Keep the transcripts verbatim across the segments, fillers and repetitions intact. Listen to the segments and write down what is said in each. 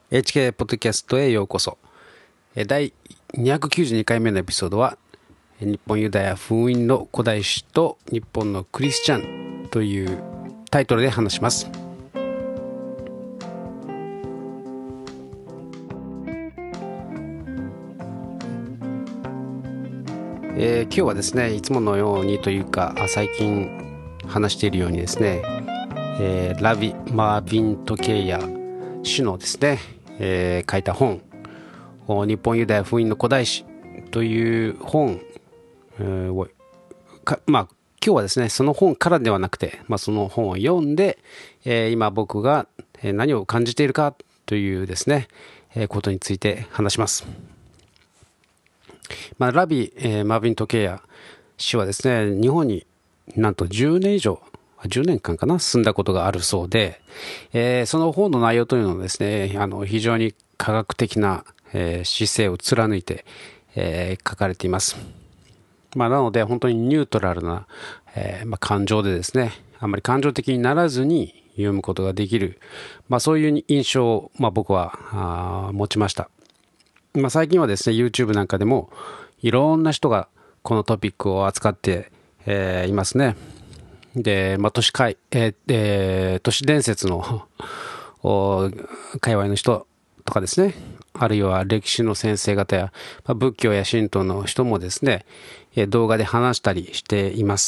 エイチケー ポッドキャストへようこそ。だいにひゃくきゅうじゅうにかいめのエピソードは、日本ユダヤ封印の古代史と日本のクリスチャンというタイトルで話します。えー、今日はですね、いつものようにというか最近話しているようにですね、えー、ラビ・マーヴィン・トケイヤ氏のですね、えー、書いた本、日本ユダヤ封印の古代史という本、えーかまあ、今日はですねその本からではなくて、まあ、その本を読んで、えー、今僕が何を感じているかというですね、えー、ことについて話します。まあ、ラビ、えー、マーヴィン・トケイヤ氏はですね、日本になんとじゅうねん以上じゅうねんかんかな住んだことがあるそうで、えー、その本の内容というのはですね、あの非常に科学的な、えー、姿勢を貫いて、えー、書かれています。まあ、なので本当にニュートラルな、えーまあ、感情でですね、あまり感情的にならずに読むことができる、まあ、そういう印象を、まあ、僕はあ持ちました。まあ、最近はですね YouTube なんかでもいろんな人がこのトピックを扱って、えー、いますね。で、まあ、都市会、えーえー、都市伝説の界隈の人とかですね、あるいは歴史の先生方や、まあ、仏教や神道の人もですね、動画で話したりしています。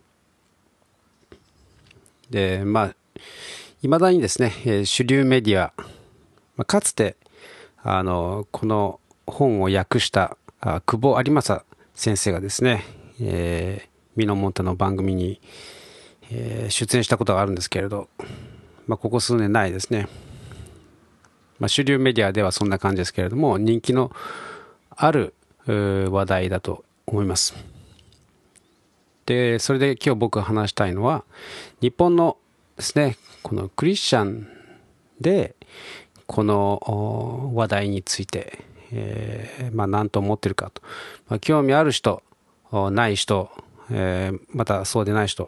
で、まあ、いまだにですね、主流メディア、まあ、かつて、あの、この本を訳したあ久保有正先生がですね、えー、ミノモンタの番組に、えー、出演したことがあるんですけれど、まあ、ここ数年ないですね。まあ、主流メディアではそんな感じですけれども、人気のある話題だと思います。で、それで今日僕が話したいのは、日本のですね、このクリスチャンで、この話題について、えー、まあ何と思ってるかと。まあ、興味ある人、ない人、えー、またそうでない人、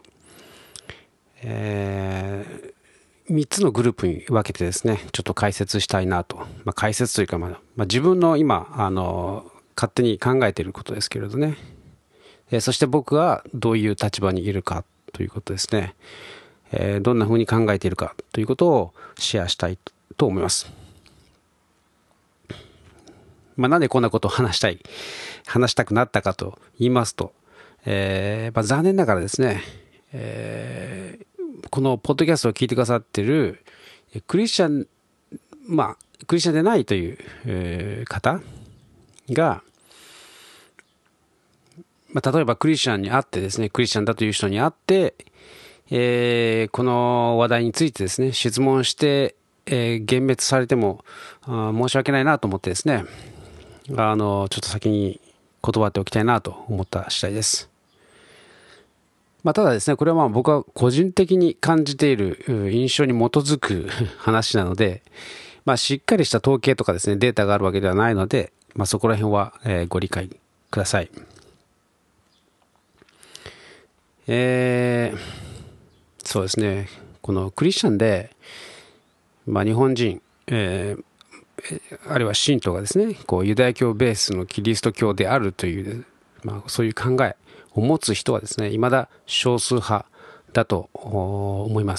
えー、みっつのグループに分けてですね、ちょっと解説したいなと。まあ、解説というか、まあ、まあ、自分の今、あの、勝手に考えていることですけれどね。えー、そして僕はどういう立場にいるかということですね。えー、どんなふうに考えているかということをシェアしたいと思います。まあ、なんでこんなことを話したい、話したくなったかと言いますと、えーまあ、残念ながらですね、えー、このポッドキャストを聞いてくださっているクリスチャン、まあ、クリスチャンでないという、えー、方が、まあ、例えばクリスチャンに会ってですね、クリスチャンだという人に会って、えー、この話題についてですね、質問して、えー、幻滅されても申し訳ないなと思ってですね、あの、ちょっと先に断っておきたいなと思った次第です。まあ、ただですね、これはまあ僕は個人的に感じている印象に基づく話なので、まあ、しっかりした統計とかですね、データがあるわけではないので、まあ、そこら辺は、えー、ご理解ください。えー、そうですね、このクリスチャンで、まあ、日本人、えー、あるいは信徒がですね、こうユダヤ教ベースのキリスト教であるという、まあ、そういう考えを持つ人はですね、未だ少数派だと思います。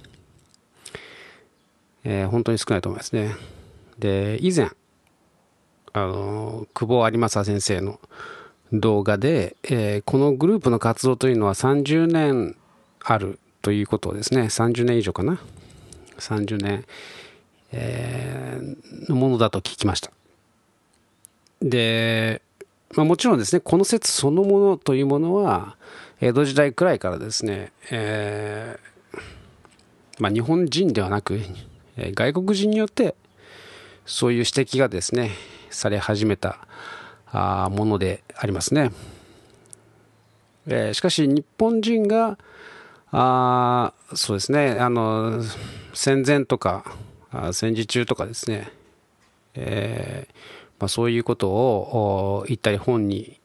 えー、本当に少ないと思いますね。で、以前、あの、久保有正先生の動画で、えー、このグループの活動というのはさんじゅうねんあるということをですね、さんじゅうねん以上かな。さんじゅうねん、えー、のものだと聞きました。で、まあ、もちろんですね、この説そのものというものは、江戸時代くらいからですね、えーまあ、日本人ではなく、外国人によってそういう指摘がですね、され始めたあものでありますね。えー、しかし日本人があそうですね、あの戦前とか戦時中とかですね、えーまあ、そういうことを言ったり本に、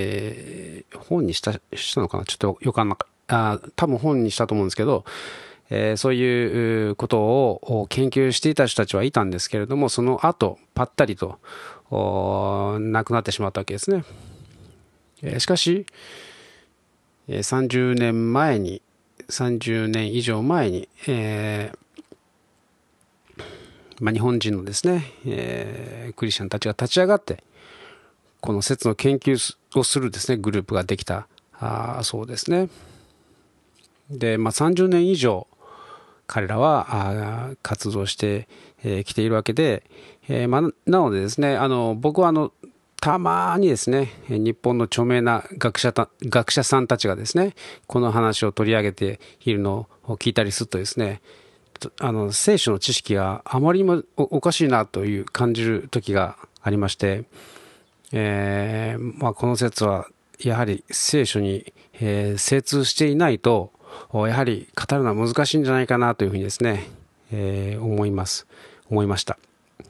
えー、本にしたしたのかな、ちょっとよくあんなかあ多分本にしたと思うんですけど、 えー、そういうことを研究していた人たちはいたんですけれども、その後ぱったりと亡くなってしまったわけですね。えー、しかしさんじゅうねんまえにさんじゅうねん以上前に、えーまあ、日本人のですね、えー、クリスチャンたちが立ち上がってこの説の研究をするですねグループができたあそうですね。で、まあ、さんじゅうねん以上彼らは活動してきているわけで、えーまあ、なのでですね、あの僕はあのたまにですね、日本の著名な学者た学者さんたちがですね、この話を取り上げているのを聞いたりするとですね、あの聖書の知識があまりにもおかしいなという感じる時がありまして、えーまあ、この説はやはり聖書に、えー、精通していないとやはり語るのは難しいんじゃないかなというふうにですね、えー、思います思いました。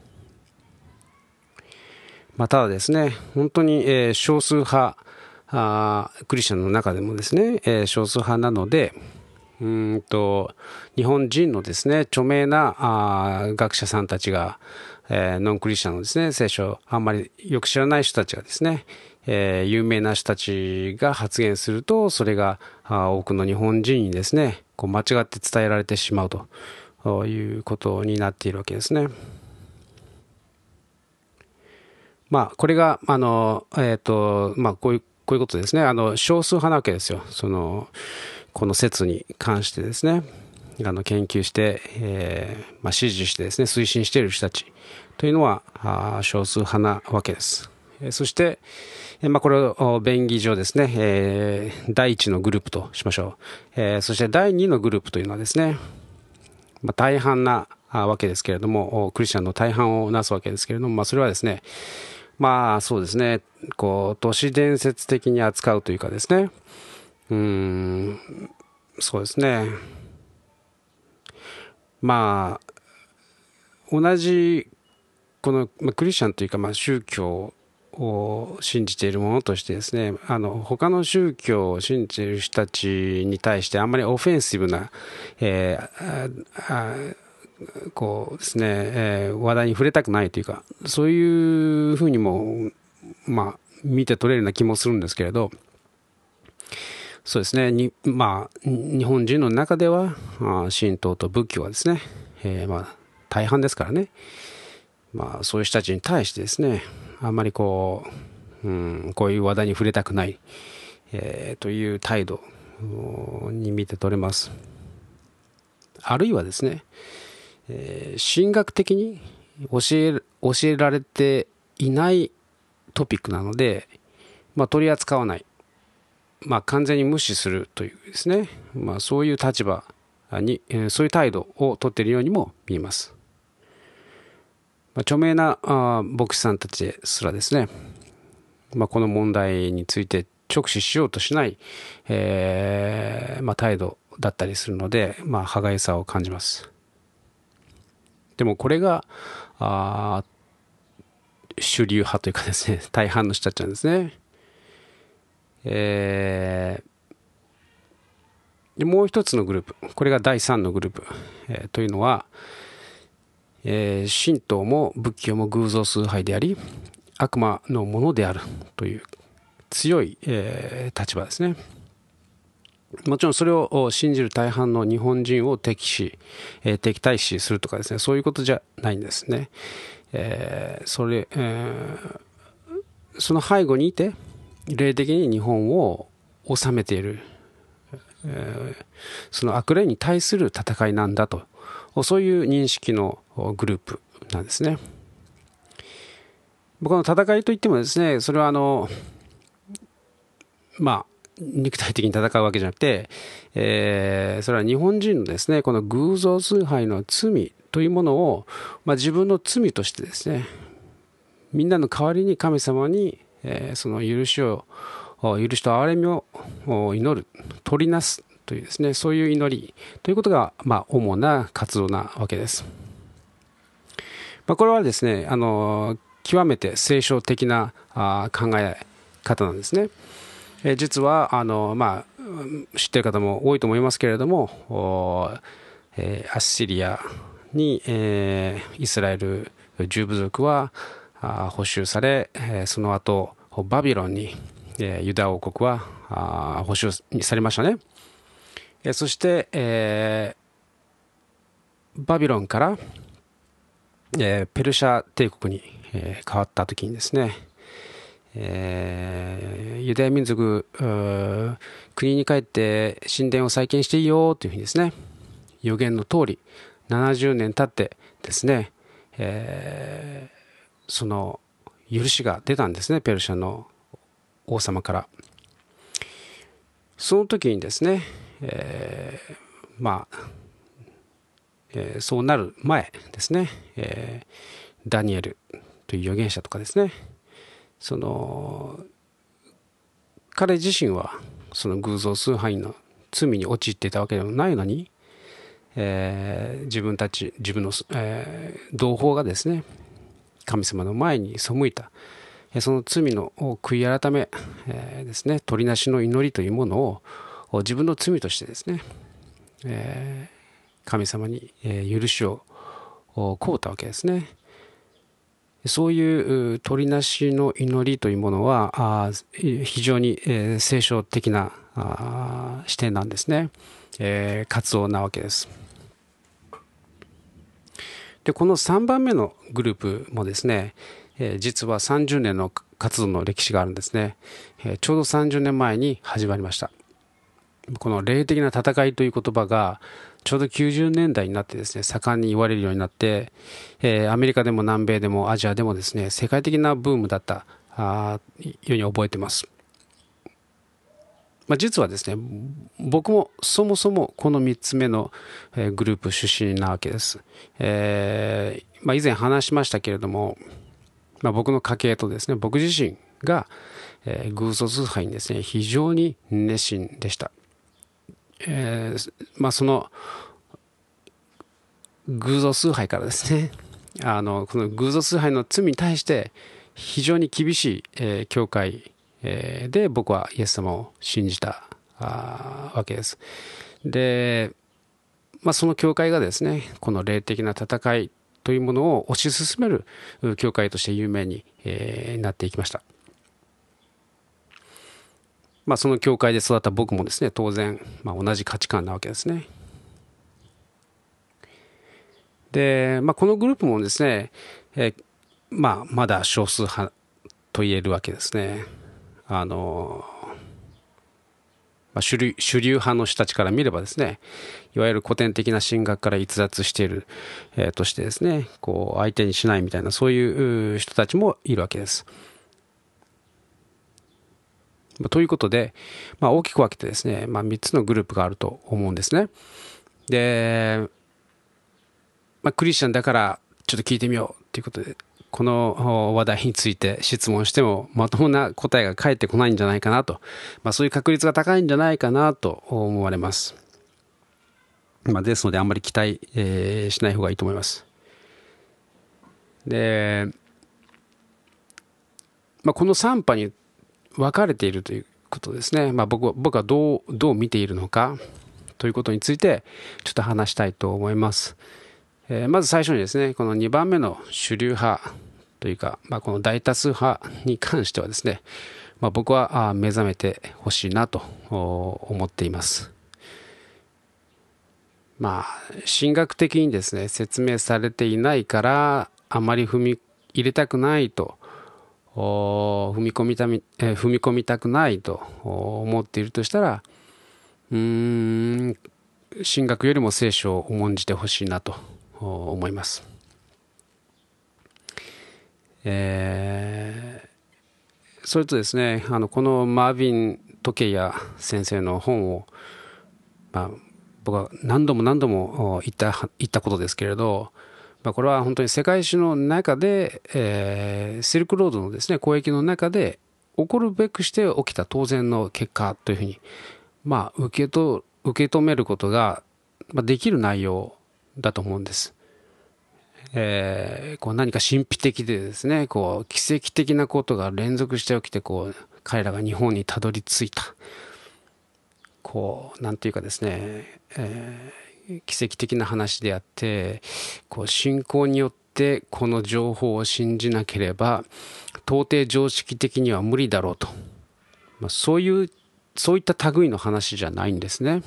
まあ、ただですね、本当に、えー、少数派あクリスチャンの中でもですね、えー、少数派なので、うーんと日本人のですね著名なあ学者さんたちが、えー、ノンクリスチャンのですね聖書をあんまりよく知らない人たちがですね、えー、有名な人たちが発言すると、それがあ多くの日本人にですねこう間違って伝えられてしまうということになっているわけですね。まあ、これがあの、えーとまあ、こういうこういうことですね。あの少数派なわけですよ。そのこの説に関してですね、あの研究して、えーまあ、支持してですね推進している人たちというのはあ少数派なわけです。えー、そして、えーまあ、これを便宜上ですね、えー、だいいちのグループとしましょう。えー、そしてだいにのグループというのはですね、まあ、大半なわけですけれども、クリスチャンの大半をなすわけですけれども、まあ、それはですね、まあそうですね、こう都市伝説的に扱うというかですね、うーん、そうですね、まあ同じこの、まあ、クリスチャンというか、まあ、宗教を信じているものとしてですね、あの他の宗教を信じている人たちに対してあんまりオフェンシブな、えー、ああこうですね、えー、話題に触れたくないというか、そういうふうにもまあ見て取れるような気もするんですけれど、そうですね、にまあ日本人の中では神道と仏教はですね、えー、まあ大半ですからね、まあそういう人たちに対してですね、あんまりこう、うん、こういう話題に触れたくない、えー、という態度に見て取れます。あるいはですね、えー、神学的に教え教えられていないトピックなので、まあ、取り扱わない、まあ、完全に無視するというですね、まあ、そういう立場に、えー、そういう態度を取っているようにも見えます。まあ、著名なあ牧師さんたちですらですね、まあ、この問題について直視しようとしない、えーまあ、態度だったりするので、まあ、歯がゆさを感じます。でもこれがあ主流派というかですね、大半の人たちなんですね。えー、でもう一つのグループ、これがだいさんのグループ、えー、というのは、えー、神道も仏教も偶像崇拝であり悪魔のものであるという強い、えー、立場ですね。もちろんそれを信じる大半の日本人を敵視、えー、敵対視するとかですね、そういうことじゃないんですね。えー、それ、えー、その背後にいて霊的に日本を治めている、えー、その悪霊に対する戦いなんだと、そういう認識のグループなんですね。この戦いといってもですね、それはあのまあ肉体的に戦うわけじゃなくて、えー、それは日本人のですねこの偶像崇拝の罪というものを、まあ、自分の罪としてですね、みんなの代わりに神様に、えー、その許しを許しと憐れみを祈る、取りなすというですね、そういう祈りということが、まあ、主な活動なわけです。まあ、これはですね、あの極めて聖書的なあ考え方なんですね。え実はあの、まあ、知っている方も多いと思いますけれども、 えー、アッシリアに、えー、イスラエルじゅう部族はあ捕囚され、えー、その後バビロンに、えー、ユダ王国はあ捕囚されましたね。えー、そして、えー、バビロンから、えー、ペルシャ帝国に、えー、変わった時にですね、えー、ユダヤ民族国に帰って神殿を再建していいよというふうにですね、予言の通りななじゅうねん経ってですね、えー、その許しが出たんですね、ペルシャの王様から。その時にですね、えー、まあ、えー、そうなる前ですね、えー、ダニエルという預言者とかですね、その彼自身はその偶像崇拝の罪に陥っていたわけでもないのに、えー、自分たち自分の、えー、同胞がですね神様の前に背いた、その罪の悔い改め、えー、ですね、取りなしの祈りというものを自分の罪としてですね、えー、神様に許しを請うたわけですね。そういう取りなしの祈りというものは非常に聖書的な視点なんですね。えー、活動なわけです。でこのさんばんめのグループもですね、えー、実はさんじゅうねんの活動の歴史があるんですね。えー、ちょうどさんじゅうねんまえに始まりました。この霊的な戦いという言葉がちょうどきゅうじゅうねんだいになってですね、盛んに言われるようになって、えー、アメリカでも南米でもアジアでもですね、世界的なブームだったあように覚えています。まあ、実はですね、僕もそもそもこのみっつめのグループ出身なわけです。えーまあ、以前話しましたけれども、まあ、僕の家系とですね、僕自身が、えー、偶像崇拝にですね、非常に熱心でした。えーまあ、その偶像崇拝からですね、あのこの偶像崇拝の罪に対して非常に厳しい、えー、教会、えー、で僕はイエス様を信じたあわけです。で、まあ、その教会がですね、この霊的な戦いというものを推し進める教会として有名に、えー、なっていきました。まあ、その教会で育った僕もですね、当然、まあ、同じ価値観なわけですね。で、まあ、このグループもですね、えーまあ、まだ少数派と言えるわけですね。あの、まあ、主流、主流派の人たちから見ればですね、いわゆる古典的な神学から逸脱している、えー、としてですね、こう相手にしないみたいな、そういう人たちもいるわけです。ということで、まあ、大きく分けてですね、まあ、みっつのグループがあると思うんですね。で、まあ、クリスチャンだからちょっと聞いてみようということで、この話題について質問してもまともな答えが返ってこないんじゃないかなと、まあ、そういう確率が高いんじゃないかなと思われます。まあ、ですのであんまり期待、えー、しない方がいいと思います。で、まあ、このさん派に分かれているということですね。まあ、僕は僕はどうどう見ているのかということについてちょっと話したいと思います。えー、まず最初にですね、このにばんめの主流派というか、まあ、この大多数派に関してはですね、まあ、僕は目覚めてほしいなと思っています。まあ、神学的にですね、説明されていないからあまり踏み入れたくないと踏み込みたみ、えー、踏み込みたくないと思っているとしたら、うーん神学よりも聖書を重んじてほしいなと思います。えー、それとですね、あのこのマーヴィン・トケイヤ先生の本を、まあ、僕は何度も何度も言った言ったことですけれど、まあ、これは本当に世界史の中で、えー、シルクロードのですね、交易の中で起こるべくして起きた当然の結果というふうに、まあ、受けと受け止めることができる内容だと思うんです。えー、こう何か神秘的でですね、こう奇跡的なことが連続して起きて、こう彼らが日本にたどり着いた、こうなんていうかですね、え奇跡的な話であって、こう信仰によってこの情報を信じなければ到底常識的には無理だろうと、まあ、そういうそういった類の話じゃないんですね。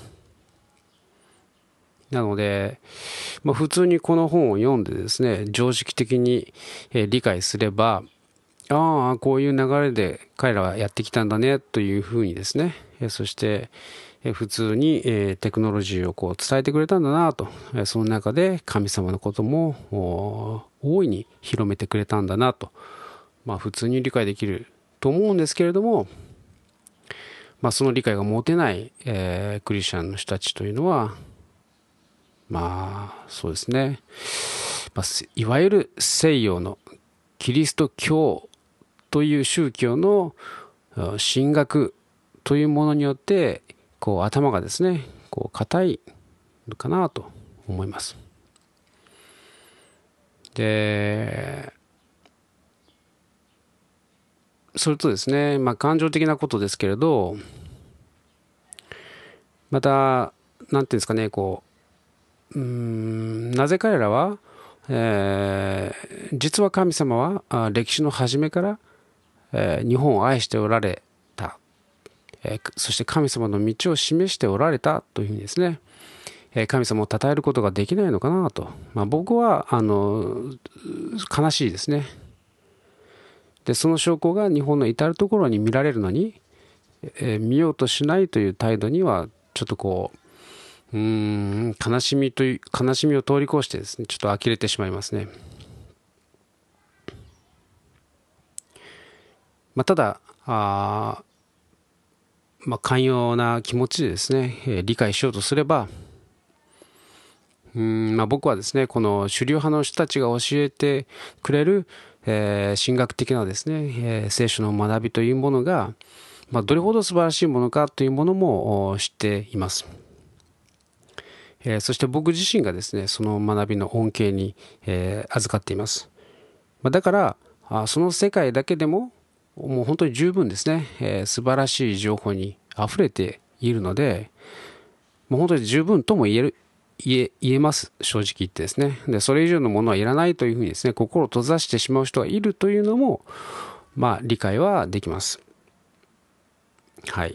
なので、まあ、普通にこの本を読んでですね、常識的に理解すれば、ああこういう流れで彼らはやってきたんだねというふうにですね、そして普通にテクノロジーをこう伝えてくれたんだなと、その中で神様のことも大いに広めてくれたんだなと、まあ、普通に理解できると思うんですけれども、まあ、その理解が持てない、えー、クリスチャンの人たちというのは、まあそうですね、まあ、いわゆる西洋のキリスト教という宗教の神学というものによってこう頭がですねこう固いのかなと思います。でそれとですね、まあ、感情的なことですけれど、またなんていうんですかね、こううーんなぜ彼らは、えー、実は神様は歴史の初めから、えー、日本を愛しておられた、えー、そして神様の道を示しておられたというふうにですね、神様を称えることができないのかなと、まあ、僕はあの悲しいですね。でその証拠が日本の至るところに見られるのに、えー、見ようとしないという態度にはちょっとこううーん悲しみという悲しみを通り越してですね、ちょっと呆れてしまいますね。まあ、ただあ、まあ、寛容な気持ちでですね、えー、理解しようとすれば、うーん、まあ、僕はですねこの主流派の人たちが教えてくれる、えー、神学的なですね、えー、聖書の学びというものが、まあ、どれほど素晴らしいものかというものも知っています。えー、そして僕自身がですねその学びの恩恵に、えー、預かっています。まあ、だからあその世界だけでももう本当に十分ですね、えー、素晴らしい情報にあふれているので、もう本当に十分とも言える言え言えます、正直言ってですね。でそれ以上のものはいらないというふうにですね心を閉ざしてしまう人がいるというのもまあ理解はできます。はい。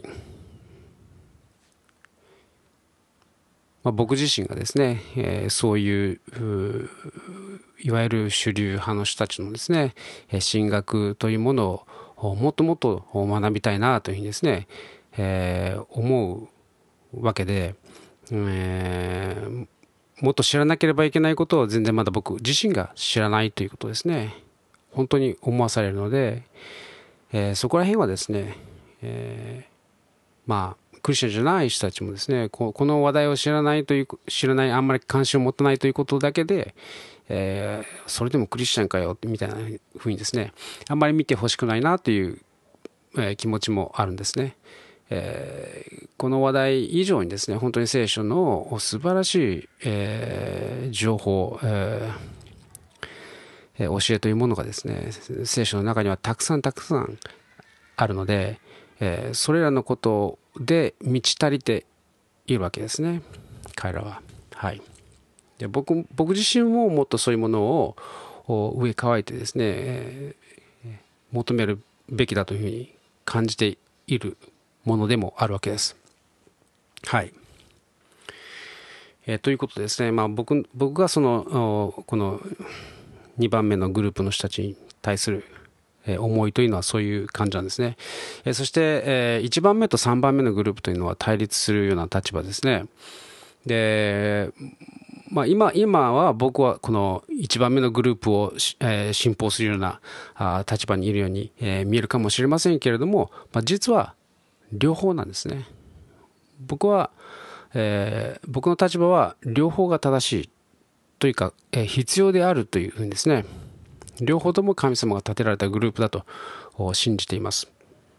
まあ、僕自身がですね、えー、そういういわゆる主流派の人たちのですね神学というものをもっともっと学びたいなというふうにですね、えー、思うわけで、えー、もっと知らなければいけないことを全然まだ僕自身が知らないということですね、本当に思わされるので、えー、そこら辺はですね、えー、まあクリスチャンじゃない人たちもですねこの話題を知らないという知らないあんまり関心を持たないということだけで、えー、それでもクリスチャンかよみたいなふうにですねあんまり見てほしくないなという、えー、気持ちもあるんですね。えー、この話題以上にですね本当に聖書の素晴らしい、えー、情報、えー、教えというものがですね聖書の中にはたくさんたくさんあるので、えー、それらのことで満ち足りているわけですね、彼らは。はい。で 僕, 僕自身ももっとそういうものを上乾いてですね、えー、求めるべきだというふうに感じているものでもあるわけです。はい。えー、ということでですね、まあ、僕, 僕がそのこのにばんめのグループの人たちに対する思いというのはそういう感じなんですね。そしていちばんめとさんばんめのグループというのは対立するような立場ですね。で、まあ、今, 今は僕はこのいちばんめのグループを、えー、信奉するようなあ立場にいるように、えー、見えるかもしれませんけれども、まあ、実は両方なんですね。僕は、えー、僕の立場は両方が正しいというか、えー、必要であるというふうにですね、両方とも神様が立てられたグループだと信じています。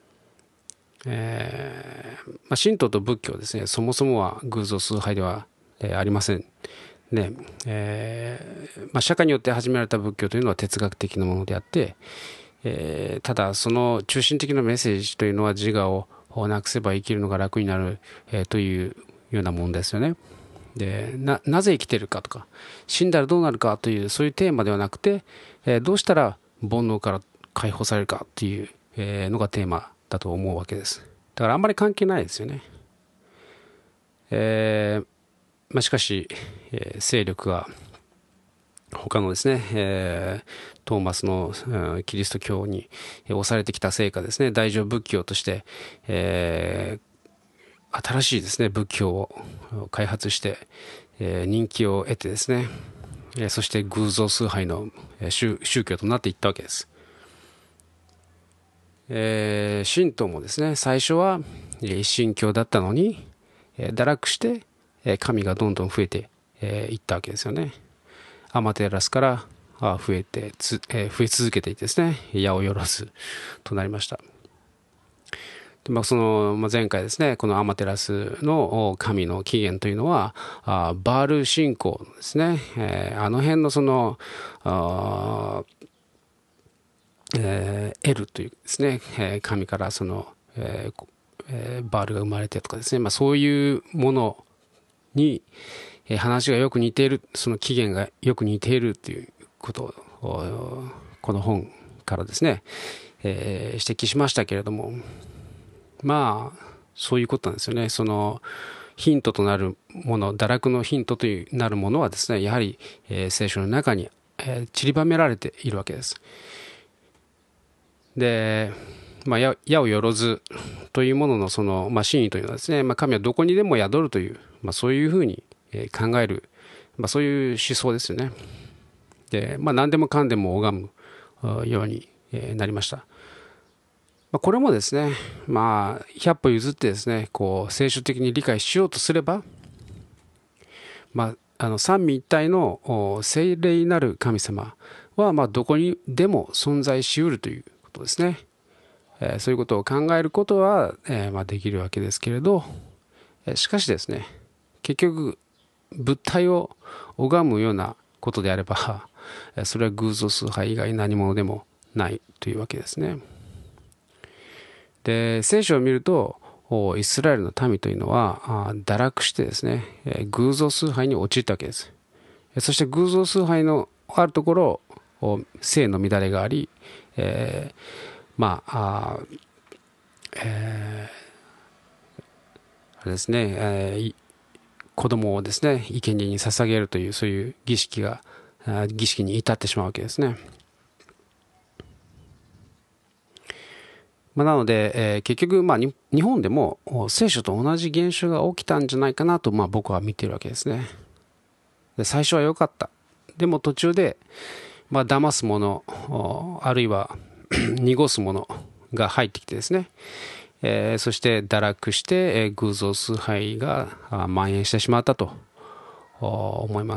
えーまあ、神道と仏教ですね、そもそもは偶像崇拝では、えー、ありません。ねえーまあ、釈迦によって始められた仏教というのは哲学的なものであって、えー、ただその中心的なメッセージというのは自我をなくせば生きるのが楽になる、えー、というようなものですよね。 で な, なぜ生きてるかとか死んだらどうなるかというそういうテーマではなくて、えー、どうしたら煩悩から解放されるかっていう、えー、のがテーマだと思うわけです。だからあんまり関係ないですよね。えーまあ、しかし、えー、勢力が他のですね、えー、トーマスの、うん、キリスト教に押されてきたせいかですね、大乗仏教として、えー、新しいですね仏教を開発して、えー、人気を得てですね、えー、そして偶像崇拝の宗教となっていったわけです。えー、神道もですね、最初は一神教だったのに、えー、堕落して神がどんどん増えてい、えー、ったわけですよね。アマテラスから増えてつ、えー、増え続けていてですね、矢をよろずとなりました。で、まあ、その、まあ、前回ですね、このアマテラスの神の起源というのはあバール信仰ですね、えー、あの辺のそのあえー、エルというですね、えー、神からその、えーえー、バールが生まれてとかですね、まあ、そういうものに、えー、話がよく似ている、その起源がよく似ているということをこの本からですね、えー、指摘しましたけれども、まあそういうことなんですよね。そのヒントとなるもの、堕落のヒントとなるものはですね、やはり、えー、聖書の中に、えー、散りばめられているわけです。で、まあ、矢をよろずというもののその、まあ、真意というのはですね、まあ、神はどこにでも宿るという、まあ、そういうふうに考える、まあ、そういう思想ですよね。で、まあ、何でもかんでも拝むようになりました。まあ、これもですね、まあ、ひゃっぽ譲ってですね、こう聖書的に理解しようとすれば、まあ、あの三位一体の聖霊なる神様は、まあ、どこにでも存在しうるということですね。えー、そういうことを考えることは、えーまあ、できるわけですけれど、しかしですね、結局物体を拝むようなことであれば、それは偶像崇拝以外何者でもないというわけですね。で、聖書を見るとイスラエルの民というのは堕落してですね、偶像崇拝に陥ったわけです。そして偶像崇拝のあるところ性の乱れがあり、えー、まあ、あえー、あれですね、えー、子供をですね生贄に捧げるというそういう儀式が儀式に至ってしまうわけですね。まあ、なので、えー、結局、まあ、日本でも聖書と同じ現象が起きたんじゃないかなと、まあ、僕は見ているわけですね。で、最初は良かった。でも途中で、まあ、騙すもの、あるいは濁すものが入ってきてですね、えー、そして堕落して、えー、偶像崇拝が蔓延してしまったと思います。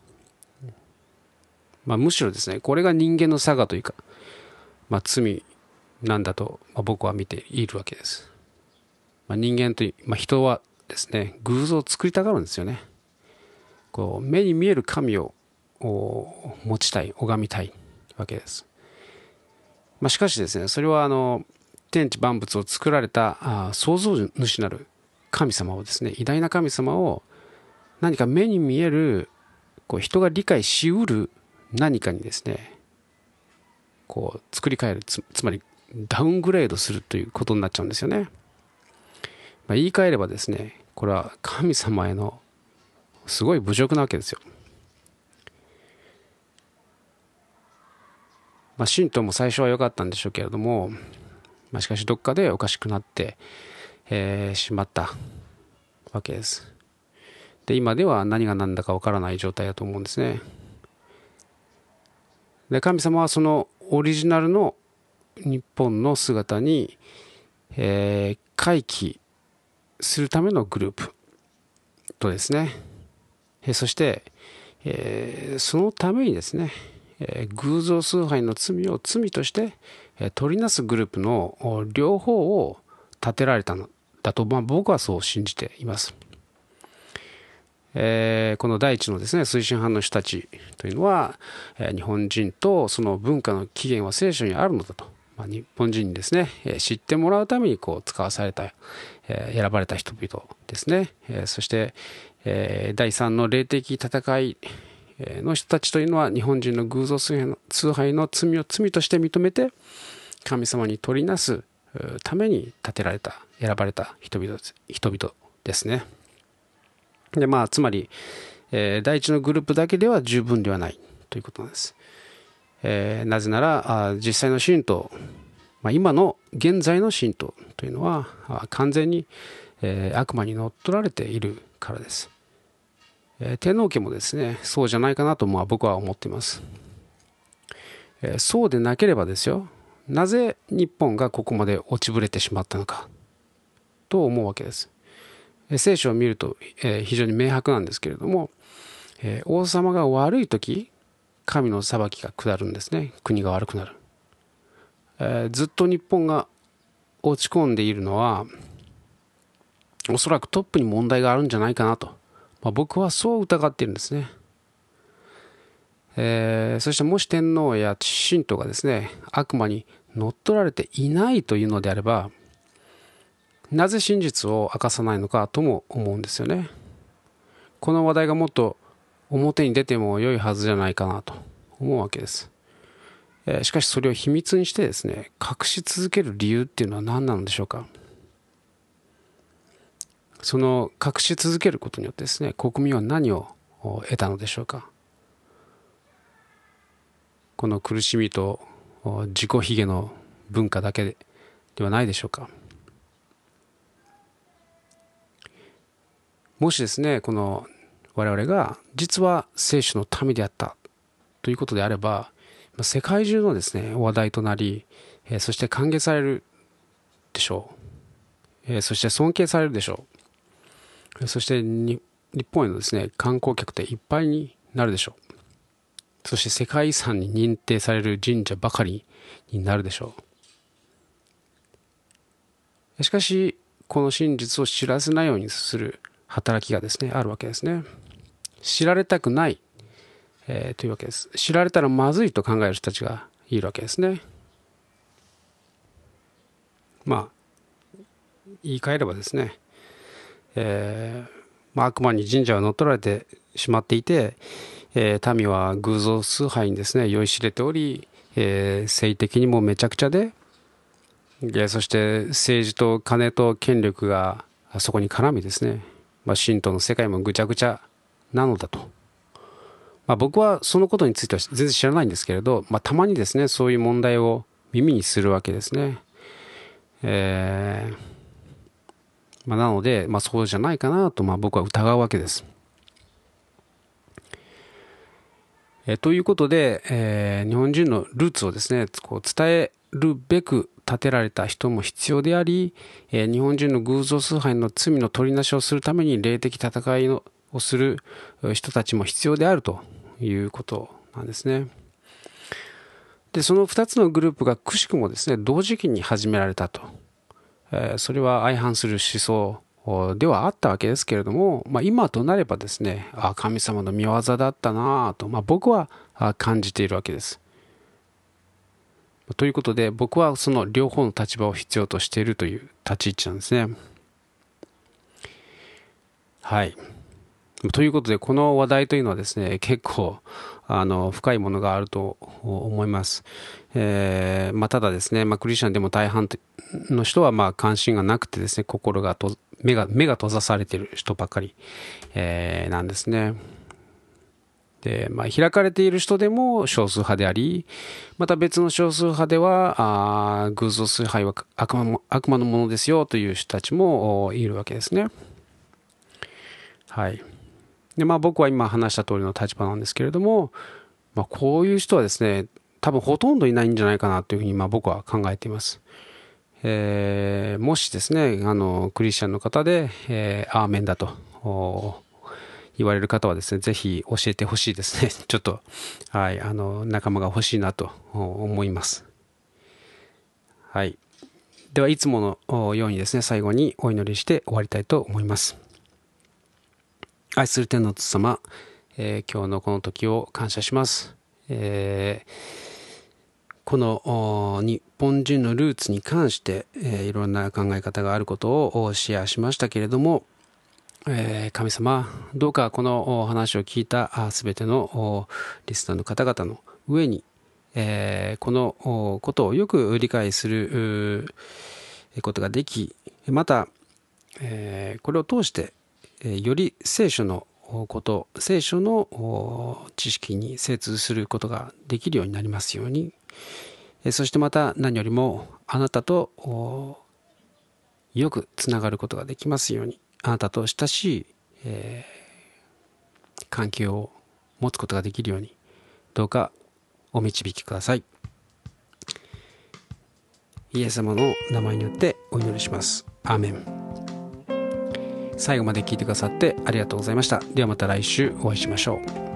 まあ、むしろですね、これが人間の差がというか、まあ、罪なんだと、まあ、僕は見ているわけです。まあ、人間という、まあ、人はですね、偶像を作りたがるんですよね。こう目に見える神を持ちたい、拝みたいわけです。まあ、しかしですね、それはあの天地万物を作られたあ創造主なる神様をですね、偉大な神様を何か目に見えるこう人が理解しうる何かにですね、こう作り変える、 つ, つまりダウングレードするということになっちゃうんですよね。まあ、言い換えればですね、これは神様へのすごい侮辱なわけですよ。まあ、神道も最初は良かったんでしょうけれども、まあ、しかしどっかでおかしくなって、えー、しまったわけです。で、今では何が何だかわからない状態だと思うんですね。で、神様はそのオリジナルの日本の姿に、えー、回帰するためのグループとですね、えー、そして、えー、そのためにですね、えー、偶像崇拝の罪を罪として、えー、取りなすグループの両方を立てられたのだと、まあ、僕はそう信じています。えー、この第一のですね推進派の人たちというのは、えー、日本人とその文化の起源は聖書にあるのだと、まあ、日本人にですね、えー、知ってもらうためにこう使わされた、えー、選ばれた人々ですね、えー、そして、 えー、第三の霊的戦いの人たちというのは日本人の偶像崇拝の罪を罪として認めて神様に取りなすために立てられた選ばれた人々です、人々ですね。でまあつまり、えー、第一のグループだけでは十分ではないということなんです。えー、なぜならあ実際の信徒、まあ、今の現在の信徒というのは完全に、えー、悪魔に乗っ取られているからです。えー、天皇家もですねそうじゃないかなとまあ僕は思っています。えー、そうでなければですよ、なぜ日本がここまで落ちぶれてしまったのかと思うわけです。えー、聖書を見ると、えー、非常に明白なんですけれども、えー、王様が悪い時神の裁きが下るんですね。国が悪くなる。えー、ずっと日本が落ち込んでいるのはおそらくトップに問題があるんじゃないかなと、まあ、僕はそう疑っているんですね。えー、そしてもし天皇や神道がですね悪魔に乗っ取られていないというのであれば、なぜ真実を明かさないのかとも思うんですよね。この話題がもっと表に出ても良いはずじゃないかなと思うわけです。えー、しかしそれを秘密にしてですね隠し続ける理由っていうのは何なのでしょうか。その隠し続けることによってですね国民は何を得たのでしょうか。この苦しみと自己卑下の文化だけではないでしょうか。もしですねこの我々が実は聖書の民であったということであれば、世界中のですね話題となり、そして歓迎されるでしょう。そして尊敬されるでしょう。そして日本へのですね観光客でいっぱいになるでしょう。そして世界遺産に認定される神社ばかりになるでしょう。しかしこの真実を知らせないようにする働きがですねあるわけですね。知られたくない、えー、というわけです。知られたらまずいと考える人たちがいるわけですね。まあ言い換えればですね、えーまあ、悪魔に神社は乗っ取られてしまっていて、えー、民は偶像崇拝にですね酔いしれており、えー、性的にもめちゃくちゃで、でそして政治と金と権力がそこに絡みですね、まあ、神道の世界もぐちゃぐちゃなのだと、まあ、僕はそのことについては全然知らないんですけれど、まあ、たまにですねそういう問題を耳にするわけですね。えーまあ、なので、まあ、そうじゃないかなと、まあ、僕は疑うわけです。えー、ということで、えー、日本人のルーツをですねこう伝えるべく立てられた人も必要であり、えー、日本人の偶像崇拝の罪の取りなしをするために霊的戦いをする人たちも必要であるということなんですね。でそのふたつのグループがくしくもですね同時期に始められたと、えー、それは相反する思想ではあったわけですけれども、まあ、今となればですねあ神様の御業だったなと、まあ、僕は感じているわけです。ということで僕はその両方の立場を必要としているという立ち位置なんですね。はい。ということでこの話題というのはですね結構あの深いものがあると思います。えーまあ、ただですね、まあ、クリスチャンでも大半の人はまあ関心がなくてですね心がと目が目が閉ざされている人ばかり、えーなんですね。で、まあ、開かれている人でも少数派であり、また別の少数派ではあ偶像崇拝は悪魔も悪魔のものですよという人たちもいるわけですね。はい。でまあ、僕は今話した通りの立場なんですけれども、まあ、こういう人はですね多分ほとんどいないんじゃないかなというふうにまあ僕は考えています。えー、もしですねあのクリスチャンの方で、えー、アーメンだと言われる方はですねぜひ教えてほしいですね。ちょっと、はい、あの仲間が欲しいなと思います。はい、ではいつものようにですね最後にお祈りして終わりたいと思います。愛する天の父様、えー、今日のこの時を感謝します。えー、この日本人のルーツに関して、えー、いろんな考え方があることをシェアしましたけれども、 えー神様、どうかこのお話を聞いたすべてのおリスナーの方々の上に、えーこのおことをよく理解するうことができ、また、えーこれを通して、えーより聖書のこと、聖書のお知識に精通することができるようになりますように、えーそしてまた何よりもあなたとおよくつながることができますように、あなたと親しい、えー関係を持つことができるように、どうかお導きください。イエス様の名前によってお祈りします。アーメン。最後まで聞いてくださってありがとうございました。ではまた来週お会いしましょう。